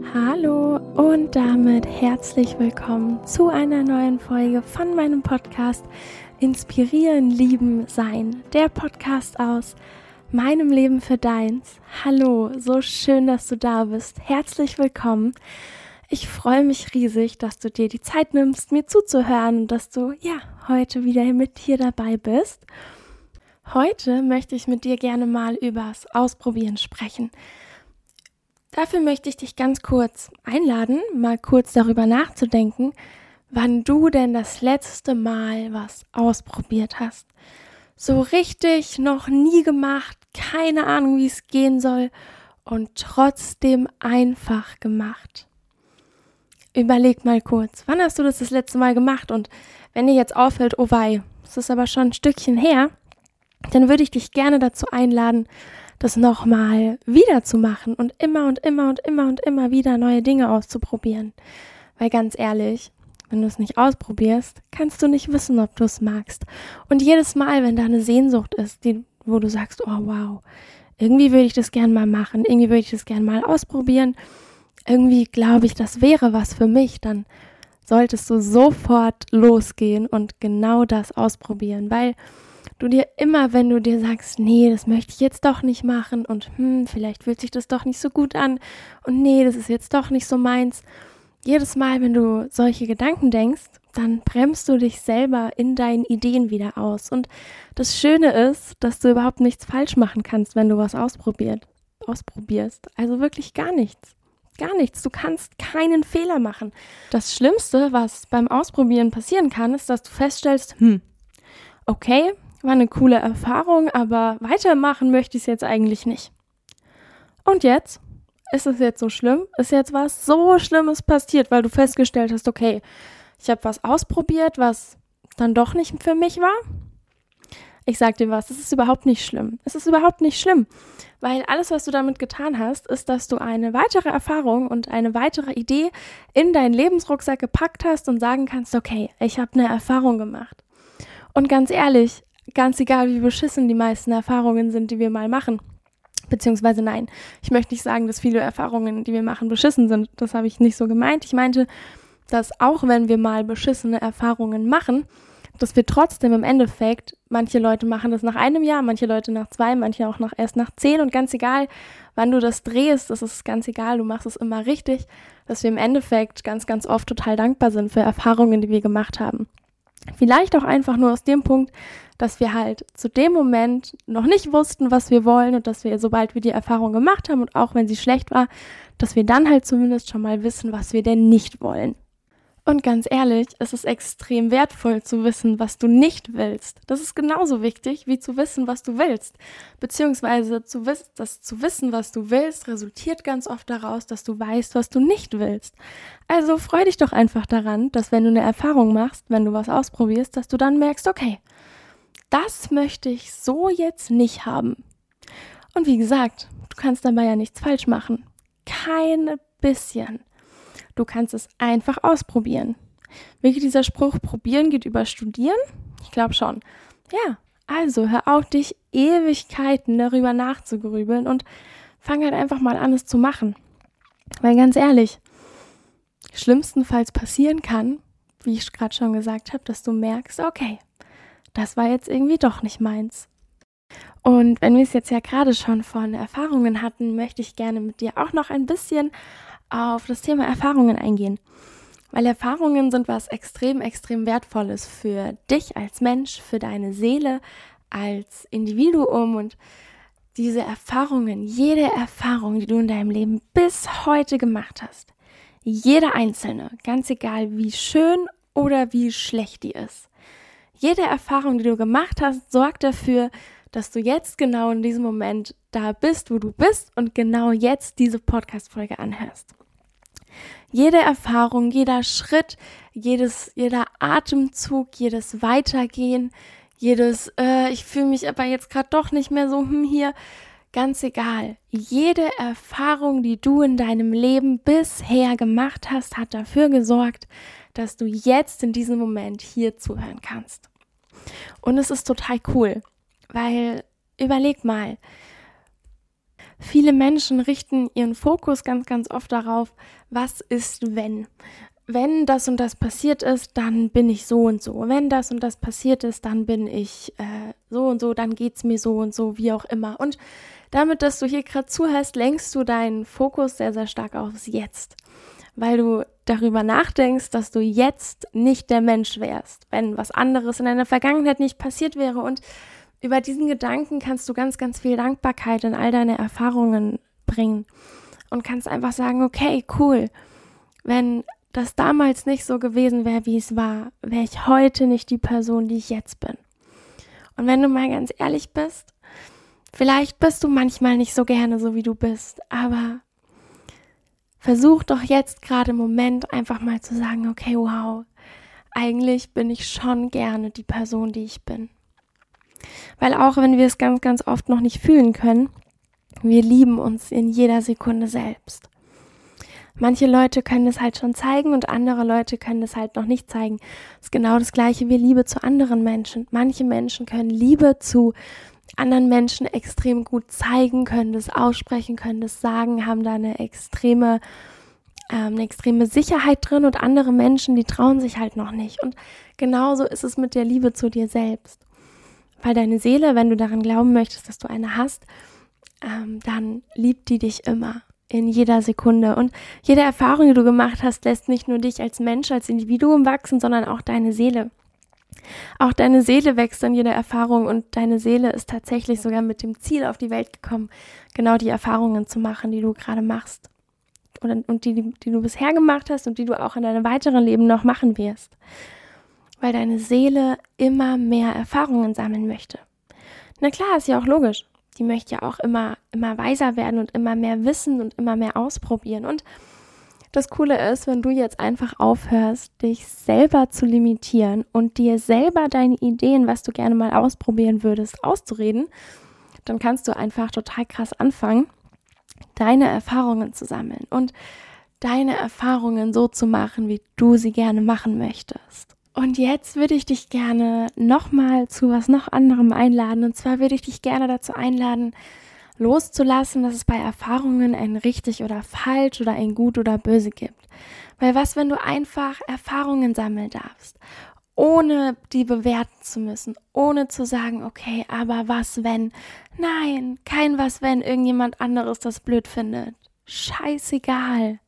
Hallo und damit herzlich willkommen zu einer neuen Folge von meinem Podcast Inspirieren, Lieben, Sein. Der Podcast aus meinem Leben für deins. Hallo, so schön, dass du da bist. Herzlich willkommen. Ich freue mich riesig, dass du dir die Zeit nimmst, mir zuzuhören und dass du heute wieder mit hier dabei bist. Heute möchte ich mit dir gerne mal übers Ausprobieren sprechen. Dafür möchte ich dich ganz kurz einladen, mal kurz darüber nachzudenken, wann du denn das letzte Mal was ausprobiert hast. So richtig noch nie gemacht, keine Ahnung, wie es gehen soll und trotzdem einfach gemacht. Überleg mal kurz, wann hast du das letzte Mal gemacht? Und wenn dir jetzt auffällt, oh wei, es ist aber schon ein Stückchen her, dann würde ich dich gerne dazu einladen, das nochmal wieder zu machen und immer wieder neue Dinge auszuprobieren. Weil ganz ehrlich, wenn du es nicht ausprobierst, kannst du nicht wissen, ob du es magst. Und jedes Mal, wenn da eine Sehnsucht ist, wo du sagst, oh wow, irgendwie würde ich das gern mal machen, irgendwie würde ich das gern mal ausprobieren, irgendwie glaube ich, das wäre was für mich, dann solltest du sofort losgehen und genau das ausprobieren, weil du dir immer, wenn du dir sagst, nee, das möchte ich jetzt doch nicht machen und vielleicht fühlt sich das doch nicht so gut an und nee, das ist jetzt doch nicht so meins. Jedes Mal, wenn du solche Gedanken denkst, dann bremst du dich selber in deinen Ideen wieder aus. Und das Schöne ist, dass du überhaupt nichts falsch machen kannst, wenn du was ausprobierst. Also wirklich gar nichts. Gar nichts. Du kannst keinen Fehler machen. Das Schlimmste, was beim Ausprobieren passieren kann, ist, dass du feststellst, okay, war eine coole Erfahrung, aber weitermachen möchte ich es jetzt eigentlich nicht. Und jetzt? Ist es jetzt so schlimm? Ist jetzt was so Schlimmes passiert, weil du festgestellt hast, okay, ich habe was ausprobiert, was dann doch nicht für mich war? Ich sag dir was, es ist überhaupt nicht schlimm. Es ist überhaupt nicht schlimm, weil alles, was du damit getan hast, ist, dass du eine weitere Erfahrung und eine weitere Idee in deinen Lebensrucksack gepackt hast und sagen kannst, okay, ich habe eine Erfahrung gemacht. Und ganz ehrlich, ganz egal, wie beschissen die meisten Erfahrungen sind, die wir mal machen. Beziehungsweise nein, ich möchte nicht sagen, dass viele Erfahrungen, die wir machen, beschissen sind. Das habe ich nicht so gemeint. Ich meinte, dass auch wenn wir mal beschissene Erfahrungen machen, dass wir trotzdem im Endeffekt, manche Leute machen das nach einem Jahr, manche Leute nach 2, manche auch erst nach 10 und ganz egal, wann du das drehst, das ist ganz egal, du machst es immer richtig, dass wir im Endeffekt ganz, ganz oft total dankbar sind für Erfahrungen, die wir gemacht haben. Vielleicht auch einfach nur aus dem Punkt, dass wir halt zu dem Moment noch nicht wussten, was wir wollen und dass wir, sobald wir die Erfahrung gemacht haben und auch wenn sie schlecht war, dass wir dann halt zumindest schon mal wissen, was wir denn nicht wollen. Und ganz ehrlich, es ist extrem wertvoll zu wissen, was du nicht willst. Das ist genauso wichtig, wie zu wissen, was du willst. Beziehungsweise zu wissen, was du willst, resultiert ganz oft daraus, dass du weißt, was du nicht willst. Also freu dich doch einfach daran, dass wenn du eine Erfahrung machst, wenn du was ausprobierst, dass du dann merkst, okay, das möchte ich so jetzt nicht haben. Und wie gesagt, du kannst dabei ja nichts falsch machen. Kein bisschen. Du kannst es einfach ausprobieren. Wie geht dieser Spruch, probieren geht über studieren? Ich glaube schon. Ja, also hör auf, dich Ewigkeiten darüber nachzugrübeln und fang halt einfach mal an, es zu machen. Weil ganz ehrlich, schlimmstenfalls passieren kann, wie ich gerade schon gesagt habe, dass du merkst, okay, das war jetzt irgendwie doch nicht meins. Und wenn wir es jetzt ja gerade schon von Erfahrungen hatten, möchte ich gerne mit dir auch noch ein bisschen auf das Thema Erfahrungen eingehen. Weil Erfahrungen sind was extrem, extrem Wertvolles für dich als Mensch, für deine Seele als Individuum und diese Erfahrungen, jede Erfahrung, die du in deinem Leben bis heute gemacht hast, jede einzelne, ganz egal wie schön oder wie schlecht die ist, jede Erfahrung, die du gemacht hast, sorgt dafür, dass du jetzt genau in diesem Moment da bist, wo du bist und genau jetzt diese Podcast-Folge anhörst. Jede Erfahrung, jeder Schritt, jeder Atemzug, jedes Weitergehen, ich fühle mich aber jetzt gerade doch nicht mehr so hier, ganz egal. Jede Erfahrung, die du in deinem Leben bisher gemacht hast, hat dafür gesorgt, dass du jetzt in diesem Moment hier zuhören kannst. Und es ist total cool, weil überleg mal, Viele Menschen richten ihren Fokus ganz, ganz oft darauf, was ist, wenn. Wenn das und das passiert ist, dann bin ich so und so. Wenn das und das passiert ist, dann bin ich so und so, dann geht's mir so und so, wie auch immer. Und damit, dass du hier gerade zuhörst, lenkst du deinen Fokus sehr, sehr stark aufs Jetzt. Weil du darüber nachdenkst, dass du jetzt nicht der Mensch wärst, wenn was anderes in deiner Vergangenheit nicht passiert wäre. Und über diesen Gedanken kannst du ganz, ganz viel Dankbarkeit in all deine Erfahrungen bringen. Und kannst einfach sagen, okay, cool, wenn das damals nicht so gewesen wäre, wie es war, wäre ich heute nicht die Person, die ich jetzt bin. Und wenn du mal ganz ehrlich bist, vielleicht bist du manchmal nicht so gerne so, wie du bist, aber versuch doch jetzt gerade im Moment einfach mal zu sagen, okay, wow, eigentlich bin ich schon gerne die Person, die ich bin. Weil auch wenn wir es ganz, ganz oft noch nicht fühlen können, wir lieben uns in jeder Sekunde selbst. Manche Leute können es halt schon zeigen und andere Leute können es halt noch nicht zeigen. Das ist genau das Gleiche wie Liebe zu anderen Menschen. Manche Menschen können Liebe zu anderen Menschen extrem gut zeigen, können das aussprechen, können das sagen, haben da eine extreme Sicherheit drin und andere Menschen, die trauen sich halt noch nicht. Und genauso ist es mit der Liebe zu dir selbst. Weil deine Seele, wenn du daran glauben möchtest, dass du eine hast, dann liebt die dich immer. In jeder Sekunde. Und jede Erfahrung, die du gemacht hast, lässt nicht nur dich als Mensch, als Individuum wachsen, sondern auch deine Seele. Auch deine Seele wächst an jeder Erfahrung und deine Seele ist tatsächlich sogar mit dem Ziel auf die Welt gekommen, genau die Erfahrungen zu machen, die du gerade machst. Und die du bisher gemacht hast und die du auch in deinem weiteren Leben noch machen wirst. Weil deine Seele immer mehr Erfahrungen sammeln möchte. Na klar, ist ja auch logisch. Die möchte ja auch immer weiser werden und immer mehr wissen und immer mehr ausprobieren. Und das Coole ist, wenn du jetzt einfach aufhörst, dich selber zu limitieren und dir selber deine Ideen, was du gerne mal ausprobieren würdest, auszureden, dann kannst du einfach total krass anfangen, deine Erfahrungen zu sammeln und deine Erfahrungen so zu machen, wie du sie gerne machen möchtest. Und jetzt würde ich dich gerne nochmal zu was noch anderem einladen. Und zwar würde ich dich gerne dazu einladen, loszulassen, dass es bei Erfahrungen ein richtig oder falsch oder ein gut oder böse gibt. Weil was, wenn du einfach Erfahrungen sammeln darfst, ohne die bewerten zu müssen, ohne zu sagen, okay, aber was, wenn? Nein, kein was, wenn irgendjemand anderes das blöd findet. Scheißegal.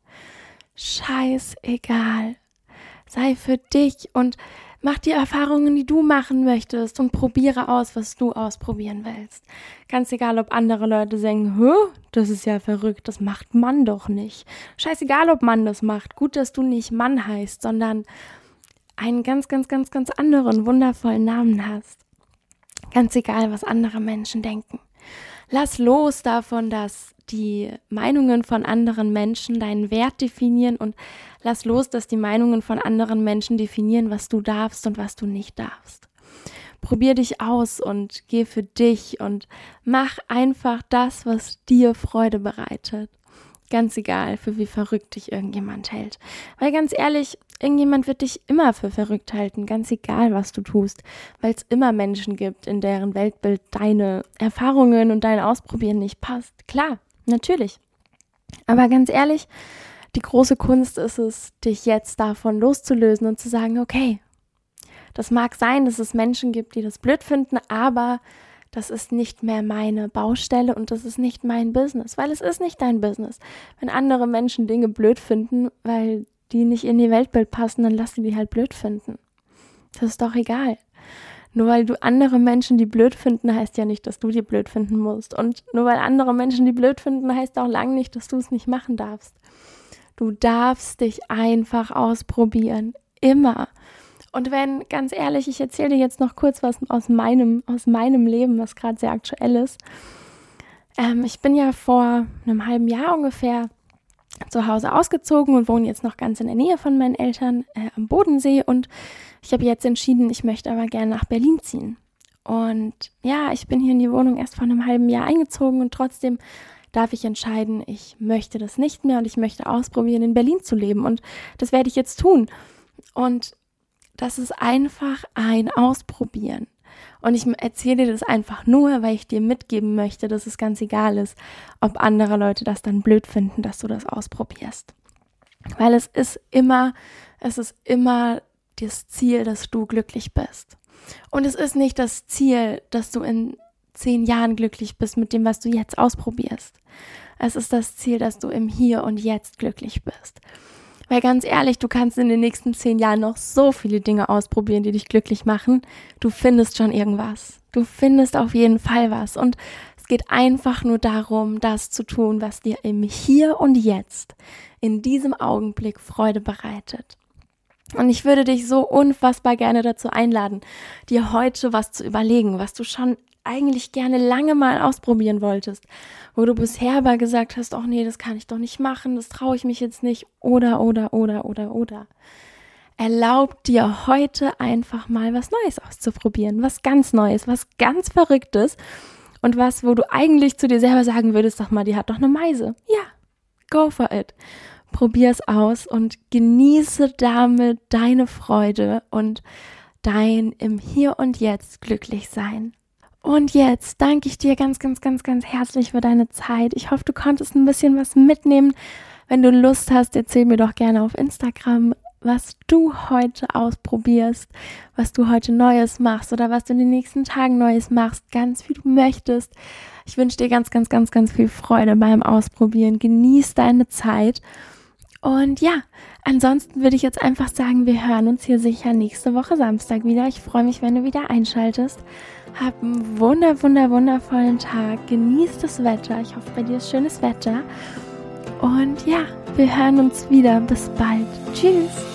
Scheißegal. Sei für dich und mach die Erfahrungen, die du machen möchtest und probiere aus, was du ausprobieren willst. Ganz egal, ob andere Leute sagen, das ist ja verrückt, das macht Mann doch nicht. Scheißegal, ob Mann das macht. Gut, dass du nicht Mann heißt, sondern einen ganz, ganz, ganz, ganz anderen, wundervollen Namen hast. Ganz egal, was andere Menschen denken. Lass los davon, dass die Meinungen von anderen Menschen deinen Wert definieren und lass los, dass die Meinungen von anderen Menschen definieren, was du darfst und was du nicht darfst. Probier dich aus und geh für dich und mach einfach das, was dir Freude bereitet. Ganz egal, für wie verrückt dich irgendjemand hält. Weil ganz ehrlich, irgendjemand wird dich immer für verrückt halten, ganz egal, was du tust. Weil es immer Menschen gibt, in deren Weltbild deine Erfahrungen und dein Ausprobieren nicht passt. Klar, natürlich. Aber ganz ehrlich, die große Kunst ist es, dich jetzt davon loszulösen und zu sagen, okay, das mag sein, dass es Menschen gibt, die das blöd finden, aber das ist nicht mehr meine Baustelle und das ist nicht mein Business, weil es ist nicht dein Business. Wenn andere Menschen Dinge blöd finden, weil die nicht in ihr Weltbild passen, dann lass die halt blöd finden. Das ist doch egal. Nur weil du andere Menschen, die blöd finden, heißt ja nicht, dass du die blöd finden musst. Und nur weil andere Menschen die blöd finden, heißt auch lange nicht, dass du es nicht machen darfst. Du darfst dich einfach ausprobieren. Immer. Und wenn, ganz ehrlich, ich erzähle dir jetzt noch kurz was aus meinem Leben, was gerade sehr aktuell ist. Ich bin ja vor einem halben Jahr ungefähr zu Hause ausgezogen und wohne jetzt noch ganz in der Nähe von meinen Eltern am Bodensee. Und ich habe jetzt entschieden, ich möchte aber gerne nach Berlin ziehen. Und ja, ich bin hier in die Wohnung erst vor einem halben Jahr eingezogen und trotzdem darf ich entscheiden, ich möchte das nicht mehr und ich möchte ausprobieren, in Berlin zu leben. Und das werde ich jetzt tun. Und das ist einfach ein Ausprobieren. Und ich erzähle dir das einfach nur, weil ich dir mitgeben möchte, dass es ganz egal ist, ob andere Leute das dann blöd finden, dass du das ausprobierst. Weil es ist immer das Ziel, dass du glücklich bist. Und es ist nicht das Ziel, dass du in 10 Jahren glücklich bist mit dem, was du jetzt ausprobierst. Es ist das Ziel, dass du im Hier und Jetzt glücklich bist. Weil ganz ehrlich, du kannst in den nächsten 10 Jahren noch so viele Dinge ausprobieren, die dich glücklich machen. Du findest schon irgendwas. Du findest auf jeden Fall was. Und es geht einfach nur darum, das zu tun, was dir im Hier und Jetzt, in diesem Augenblick Freude bereitet. Und ich würde dich so unfassbar gerne dazu einladen, dir heute was zu überlegen, was du schon eigentlich gerne lange mal ausprobieren wolltest, wo du bisher aber gesagt hast, ach nee, das kann ich doch nicht machen, das traue ich mich jetzt nicht, oder. Erlaub dir heute einfach mal was Neues auszuprobieren, was ganz Neues, was ganz Verrücktes und was, wo du eigentlich zu dir selber sagen würdest, sag mal, die hat doch eine Meise. Ja, go for it. Probier es aus und genieße damit deine Freude und dein im Hier und Jetzt glücklich sein. Und jetzt danke ich dir ganz herzlich für deine Zeit. Ich hoffe, du konntest ein bisschen was mitnehmen. Wenn du Lust hast, erzähl mir doch gerne auf Instagram, was du heute ausprobierst, was du heute Neues machst oder was du in den nächsten Tagen Neues machst, ganz wie du möchtest. Ich wünsche dir ganz viel Freude beim Ausprobieren. Genieß deine Zeit. Und ja, ansonsten würde ich jetzt einfach sagen, wir hören uns hier sicher nächste Woche Samstag wieder. Ich freue mich, wenn du wieder einschaltest. Hab einen wundervollen Tag. Genieß das Wetter. Ich hoffe, bei dir ist schönes Wetter. Und ja, wir hören uns wieder. Bis bald. Tschüss.